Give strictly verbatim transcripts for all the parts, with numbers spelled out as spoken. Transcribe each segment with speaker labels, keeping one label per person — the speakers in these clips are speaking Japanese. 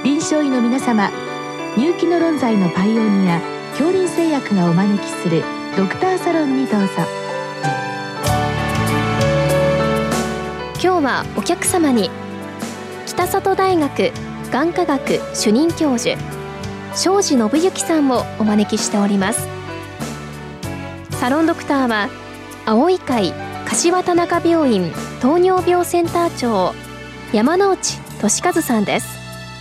Speaker 1: 臨床医の皆様、入気の論剤のパイオニア恐林製薬がお招きするドクターサロンにどうぞ。
Speaker 2: 今日はお客様に北里大学眼科学主任教授庄司信之さんをお招きしております。サロンドクターは青い会柏田中病院糖尿病センター長山内俊和さんです。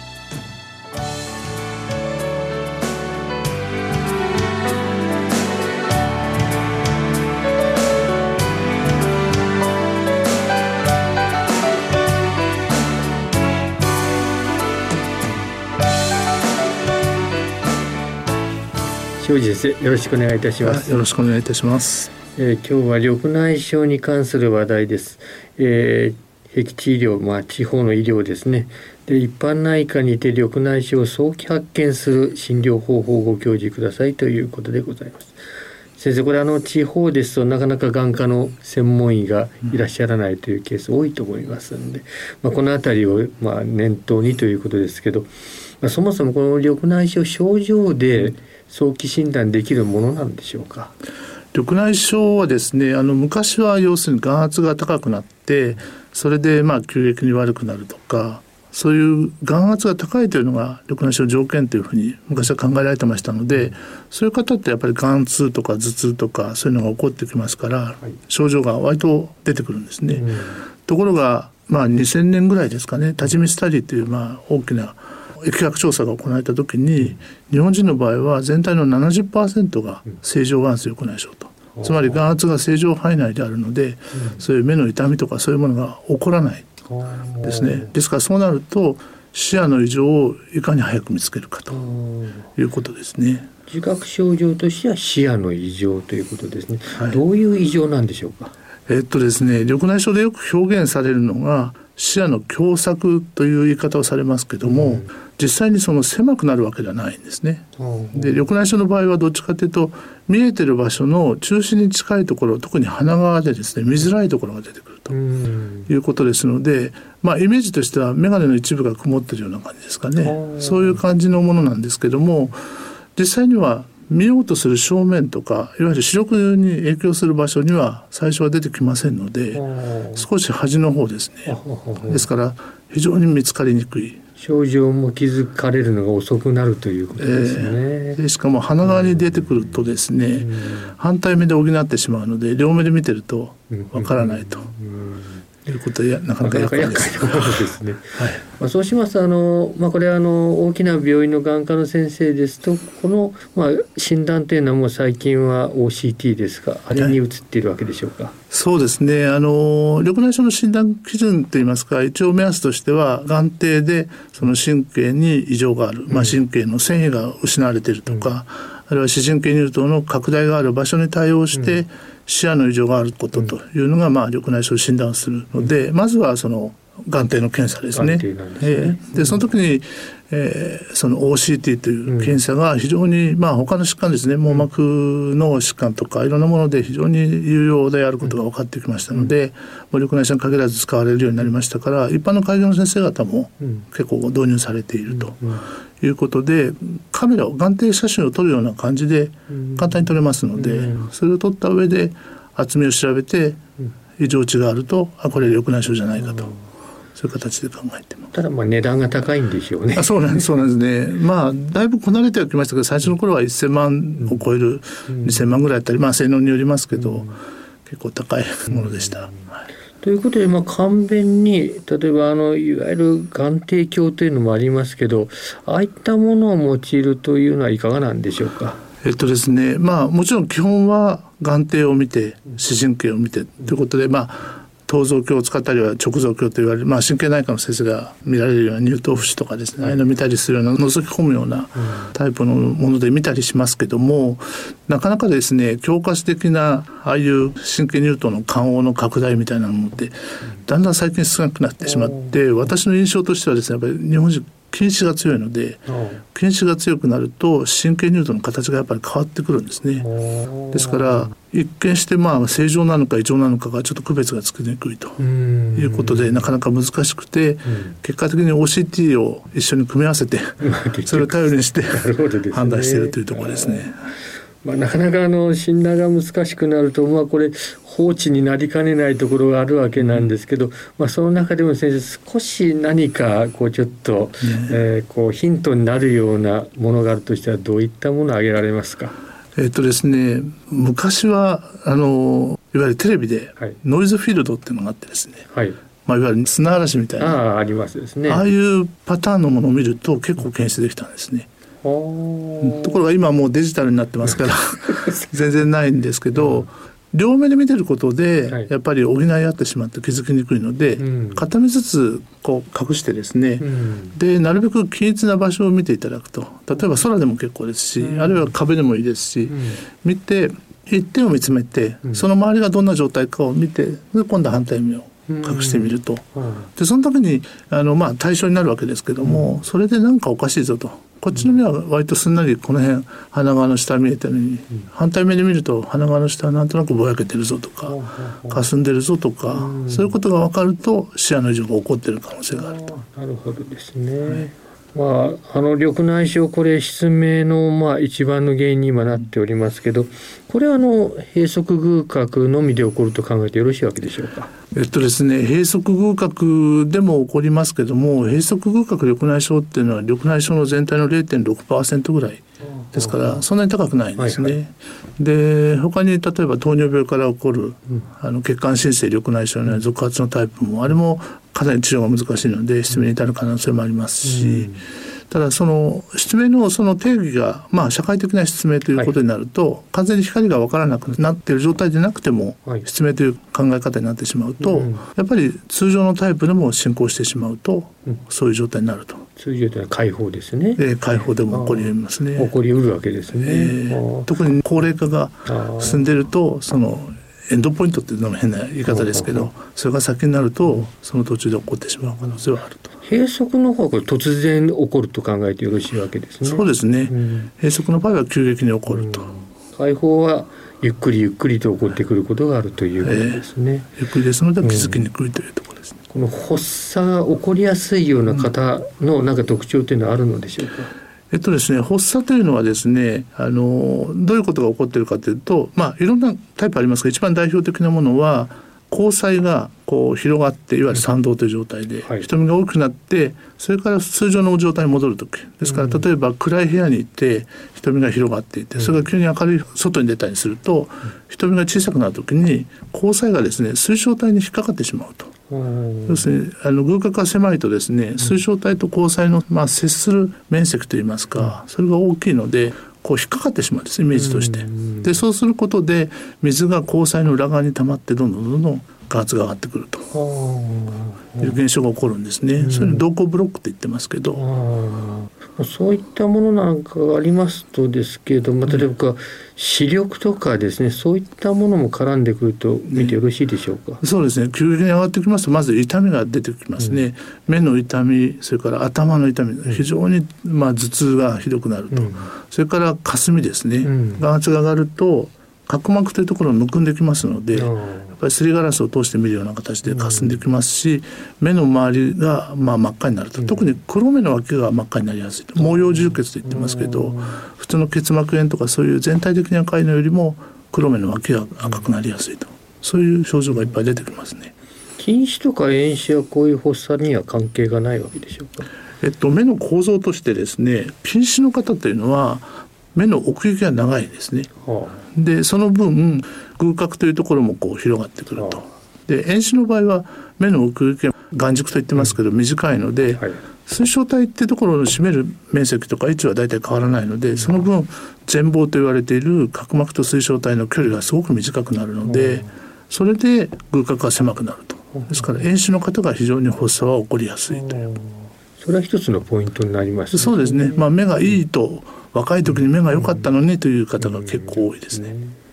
Speaker 3: 庄司先生、よろしくお願いいたします。
Speaker 4: よろしくお願いいたします。
Speaker 3: えー、今日は緑内障に関する話題です。えー、僻地医療、まあ、地方の医療ですね。で、一般内科にて緑内障を早期発見する診療方法をご教示くださいということでございます。先生、これあの地方ですとなかなか眼科の専門医がいらっしゃらないというケース多いと思いますので、まあ、このあたりをまあ念頭にということですけど、まあ、そもそもこの緑内障症状で早期診断できるものなんでしょうか。
Speaker 4: 緑内障はですね、あの昔は要するに眼圧が高くなってそれでまあ急激に悪くなるとか、そういう眼圧が高いというのが緑内障条件というふうに昔は考えられてましたので、そういう方ってやっぱり眼痛とか頭痛とかそういうのが起こってきますから、はい、症状が割と出てくるんですね、うん、ところがまあにせんねんぐらいですかね、立ち見スタディというまあ大きな疫学調査が行われた時に、日本人の場合は全体の ななじゅっパーセント が正常眼圧緑内障と、つまり眼圧が正常範囲内であるので、そういう目の痛みとかそういうものが起こらないですね。ですからそうなると視野の異常をいかに早く見つけるかということですね。
Speaker 3: 自覚症状としては視野の異常ということですね、はい、どういう異常なんでしょうか。
Speaker 4: えっとですね、緑内障でよく表現されるのが視野の狭窄という言い方をされますけども、うん、実際にその狭くなるわけではないんですね、うん、で緑内障の場合はどっちかというと見えてる場所の中心に近いところ、特に鼻側でですね見づらいところが出てくるということですので、まあ、イメージとしては眼鏡の一部が曇ってるような感じですかね、うん、そういう感じのものなんですけども、実際には見ようとする正面とかいわゆる視力に影響する場所には最初は出てきませんので、少し端の方ですね。ですから非常に見つかりにくい、
Speaker 3: 症状も気づかれるのが遅くなるということですね、
Speaker 4: えー、でしかも鼻側に出てくるとですね、うん、反対目で補ってしまうので両目で見てるとわからないと、うんということでなかなか厄介です。
Speaker 3: なかなか厄介なことですね、はい。まあ、そうしますとあの、まあ、これはあの大きな病院の眼科の先生ですとこの、まあ、診断というのはもう最近は オーシーティー ですが、あれに移っているわけでしょうか。はい、
Speaker 4: そうですね、あの緑内障の診断基準といいますか、一応目安としては眼底でその神経に異常がある、まあ、神経の繊維が失われているとか、うん、あるいは視神経乳頭の拡大がある場所に対応して、うん、視野の異常があることというのが、まあ、緑内障を診断するので、まずはその眼底の検査ですね。で、ねえー、でその時に、えー、その オーシーティー という検査が非常に、まあ、他の疾患ですね、網膜の疾患とかいろんなもので非常に有用であることが分かってきましたので、うん、緑内障に限らず使われるようになりましたから、一般の開業の先生方も結構導入されているということで、カメラを眼底写真を撮るような感じで簡単に撮れますので、それを撮った上で厚みを調べて異常値があると、あ、これ緑内障じゃないかと、そういう形で考えてます。
Speaker 3: ただまあ値段が高いんでしょうね。
Speaker 4: あ、そうなんです、そうなんですね。まあだいぶこなれてはきましたけど、最初の頃はせんまんを超える、うん、にせんまんぐらいだったり、まあ性能によりますけど、うん、結構高いものでした。うん、はい、
Speaker 3: ということで、まあ、簡便に例えばあのいわゆる眼底鏡というのもありますけど、ああいったものを用いるというのはいかがなんでしょうか。
Speaker 4: えっとですね、まあもちろん基本は眼底を見て視神経を見てということで、まあ頭像鏡を使ったりは直像鏡と言われる、まあ、神経内科の先生が見られるような乳頭節とかですね、ああいうのを見たりするような覗き込むようなタイプのもので見たりしますけども、なかなかですね強化的なああいう神経乳頭の間黄の拡大みたいなものってだんだん最近少なくなってしまって、私の印象としてはですね、やっぱり日本人近視が強いので、近視が強くなると神経乳頭の形がやっぱり変わってくるんですね。ですから一見してまあ正常なのか異常なのかがちょっと区別がつきにくいということでなかなか難しくて、結果的に オーシーティー を一緒に組み合わせてそれを頼りにして判断しているというところですね。
Speaker 3: まあ、なかなかあの診断が難しくなると、まあ、これ放置になりかねないところがあるわけなんですけど、まあ、その中でも先生少し何かこうちょっと、ねえー、こうヒントになるようなものがあるとしたらどういったものを挙げられますか？
Speaker 4: えっとですね、昔はあのいわゆるテレビでノイズフィールドっていうのがあってですね、はい、まあ、いわゆる砂嵐みたいな
Speaker 3: あ, あ, ありますですね。
Speaker 4: ああいうパターンのものを見ると結構検出できたんですね。ところが今もうデジタルになってますから全然ないんですけど、うん、両目で見てることでやっぱり補い合ってしまって気づきにくいので、うん、片目ずつこう隠してですね、うん、でなるべく均一な場所を見ていただくと、例えば空でも結構ですし、うん、あるいは壁でもいいですし、うん、見て一点を見つめて、うん、その周りがどんな状態かを見て、で今度は反対目を隠してみると、うんうん、でその時にあの、まあ、対象になるわけですけども、うん、それでなんかおかしいぞと、こっちの目は割とすんなりこの辺鼻側の下見えてるのに、うん、反対目で見ると鼻側の下はなんとなくぼやけてるぞとか、うん、霞んでるぞとか、うん、そういうことが分かると視野の異常が起こっている可能性があると。
Speaker 3: なるほどですね。はい、まあ、あの緑内障、これ失明のまあ一番の原因に今なっておりますけど、これはあの閉塞隅角のみで起こると考えてよろしいわけでしょうか？
Speaker 4: えっとですね、閉塞隅角でも起こりますけども、閉塞隅角緑内障っていうのは緑内障の全体の れいてんろくパーセント ぐらいですからそんなに高くないんですね。はいはい、で他に例えば糖尿病から起こる、うん、あの血管新生緑内障の続発のタイプも、あれもかなり治療が難しいので失明に至る可能性もありますし、うん、ただその失明のその定義が、まあ、社会的な失明ということになると、はい、完全に光が分からなくなっている状態でなくても、はい、失明という考え方になってしまうと、うん、やっぱり通常のタイプでも進行してしまうと、うん、そういう状態になると。
Speaker 3: 通常というのは開放ですね。
Speaker 4: えー、開放でも起こりますね。
Speaker 3: 起こりうるわけですね。
Speaker 4: えー、特に高齢化が進んでいると、そのエンドポイントっていうのも変な言い方ですけど、それが先になるとその途中で起こってしまう可能性はあると。
Speaker 3: 閉塞の方が突然起こると考えてよろしいわけですね。
Speaker 4: そうですね、うん、閉塞の場合は急激に起こると、うん、
Speaker 3: 開放はゆっくりゆっくりと起こってくることがあるということですね。
Speaker 4: えー、ゆっくりですので気づきにくいというところですね。
Speaker 3: うん、この発作が起こりやすいような方のなんか特徴というのはあるのでしょうか？
Speaker 4: えっとですね、発作というのはですね、あのどういうことが起こっているかというと、まあ、いろんなタイプありますが、一番代表的なものは虹彩がこう広がって、いわゆる散動という状態で、はい、瞳が大きくなってそれから通常の状態に戻るときですから、例えば暗い部屋に行って瞳が広がっていて、それが急に明るい外に出たりすると、瞳が小さくなるときに虹彩がですね水晶体に引っかかってしまうと。要するにあの隅角が狭いとですね、水晶体と虹彩の、まあ、接する面積といいますか、それが大きいのでこう引っかかってしまうんです、イメージとして。でそうすることで水が虹彩の裏側に溜まってどんどんどんどん眼圧が上がってくるという現象が起こるんですね。それに瞳孔ブロックって言ってますけど、
Speaker 3: そういったものなんかがありますとですけど、まあ、例えば視力とかですね、そういったものも絡んでくると見てよろしいでしょうか？
Speaker 4: ね、そうですね、急激に上がってきますとまず痛みが出てきますね。うん、目の痛み、それから頭の痛み、非常にまあ頭痛がひどくなると、うん、それから霞ですね、うん、眼圧が上がると角膜というところをむくんできますので、やっぱりすりガラスを通して見るような形で霞んできますし、うん、目の周りがまあ真っ赤になると、うん、特に黒目の脇が真っ赤になりやすいと、毛様充血と言ってますけど、うん、普通の結膜炎とかそういう全体的に赤いのよりも黒目の脇が赤くなりやすいと、そういう症状がいっぱい出てきますね。
Speaker 3: 近視とか遠視はこういう発作には関係がないわけでしょうか？
Speaker 4: えっと、目の構造としてですね、近視の方というのは目の奥行きが長いですね。はあ、でその分隅角というところもこう広がってくると。はあ、で遠視の場合は目の奥行きが眼軸と言ってますけど、うん、短いので、はい、水晶体っていうところの占める面積とか位置はだいたい変わらないので、その分前方と言われている角膜と水晶体の距離がすごく短くなるので、はあ、それで隅角が狭くなると。ですから遠視の方が非常に発作は起こりやすいという。
Speaker 3: それは一つのポイントになりますね。
Speaker 4: そうですね、まあ、目がいいと、うん、若い時に目が良かったのにという方が結構多いですね。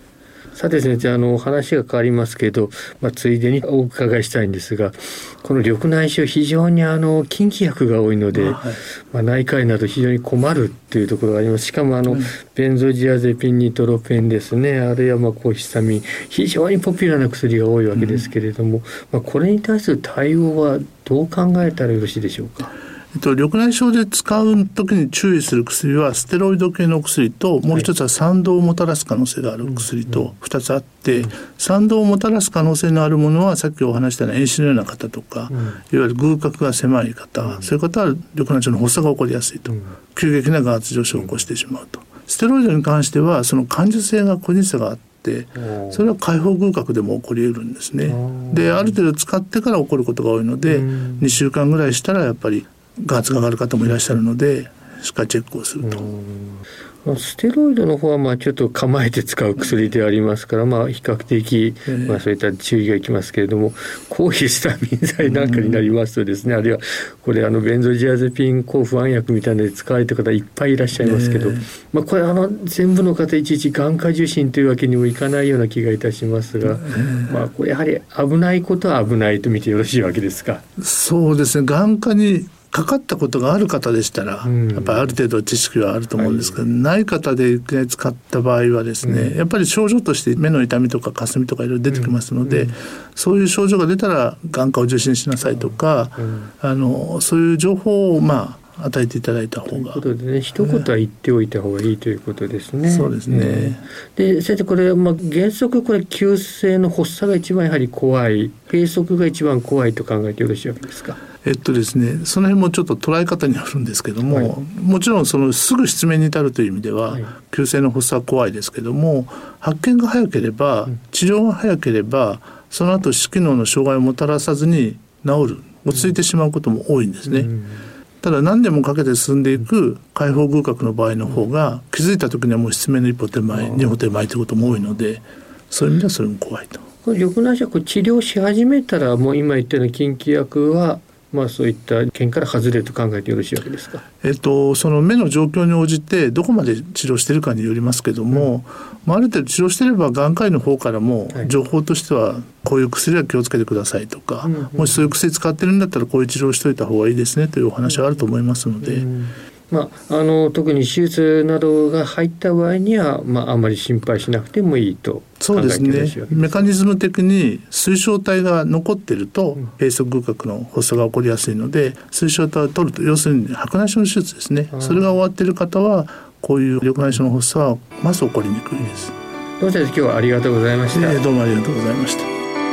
Speaker 3: さて先生、あの話が変わりますけど、まあ、ついでにお伺いしたいんですが、この緑内障非常にあの禁忌薬が多いので、はい、まあ、内科医など非常に困るっていうところがあります。しかもあの、うん、ベンゾジアゼピン、ニトロペンですね、あるいはまあ抗ヒスタミン、非常にポピュラーな薬が多いわけですけれども、うん、まあ、これに対する対応はどう考えたらよろしいでしょうか。
Speaker 4: えっと、緑内障で使う時に注意する薬はステロイド系の薬と、もう一つは賛動をもたらす可能性がある薬とふたつあって、賛動をもたらす可能性のあるものはさっきお話したような遠視のような方とか、いわゆる隅角が狭い方、そういう方は緑内障の発作が起こりやすいと、急激な眼圧上昇を起こしてしまうと。ステロイドに関してはその感受性が個人差があって、それは開放隅角でも起こり得るんですね。で、ある程度使ってから起こることが多いので、にしゅうかんぐらいしたらやっぱり眼圧が上がる方もいらっしゃるので、しっかりチェックをすると。
Speaker 3: ステロイドの方はまあちょっと構えて使う薬でありますから、まあ比較的まあそういった注意がいきますけれども、抗ヒスタミン剤なんかになりますとですね、あるいはこれあのベンゾジアゼピン抗不安薬みたいなので使われている方いっぱいいらっしゃいますけど、まあこれあの全部の方いちいち眼科受診というわけにもいかないような気がいたしますが、まあこれやはり危ないことは危ないと見てよろしいわけですか。
Speaker 4: そうですね、眼科にかかったことがある方でしたら、うん、やっぱりある程度知識はあると思うんですけど、はい、ない方で使った場合はですね、うん、やっぱり症状として目の痛みとかかすみとかいろいろ出てきますので、うんうん、そういう症状が出たら眼科を受診しなさいとか、うん、あのそういう情報をまあ与えていただいた方がという
Speaker 3: ことでね、一言は言っておいた方がいいということですね。
Speaker 4: そうですね。
Speaker 3: で、先生これ、まあ、原則これ急性の発作が一番やはり怖い、閉塞が一番怖いと考えてよろしいわけですか。
Speaker 4: えっとですね、その辺もちょっと捉え方によるんですけども、はい、もちろんそのすぐ失明に至るという意味では、はい、急性の発作は怖いですけども、発見が早ければ、うん、治療が早ければその後視機能の障害をもたらさずに治る、落ち着いてしまうことも多いんですね。うんうん、ただ何年もかけて進んでいく開放隅角の場合の方が、気づいた時にはもう失明の一歩手前、二歩手前ということも多いので、そういう意味ではそれも怖いと。
Speaker 3: これ緑内障治療し始めたら、もう今言ったような禁忌薬はまあ、そういった県から外れると考えてよろしいわけですか。
Speaker 4: えっと、その目の状況に応じてどこまで治療しているかによりますけども、うんまあ、ある程度治療していれば眼科医の方からも情報としてはこういう薬は気をつけてくださいとか、はい、もしそういう薬使ってるんだったらこういう治療をしておいた方がいいですねというお話はあると思いますので、うん
Speaker 3: まあ、あの特に手術などが入った場合には、まあ、あまり心配しなくてもいいと考えてよろしいわけですか。そうですね、メ
Speaker 4: カニズム的に水晶体が残っていると閉塞隅角の発作が起こりやすいので、水晶体を取ると、要するに白内障の手術ですね、それが終わっている方はこういう緑内障の発作はまず起こりにくいです。
Speaker 3: どうも先生、今日はありがとうございました。
Speaker 4: えー、どうもありがとうございました。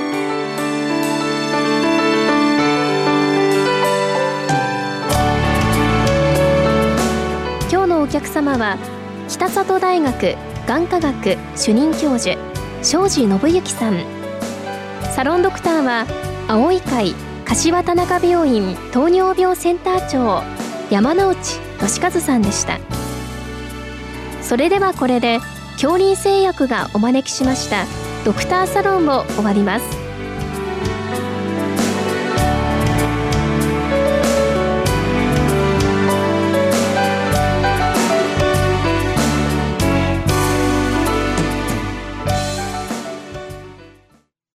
Speaker 2: お客様は北里大学眼科学主任教授庄司信之さん。サロンドクターは青い会柏田中病院糖尿病センター長山内俊和さんでした。それではこれで杏林製薬がお招きしましたドクターサロンを終わります。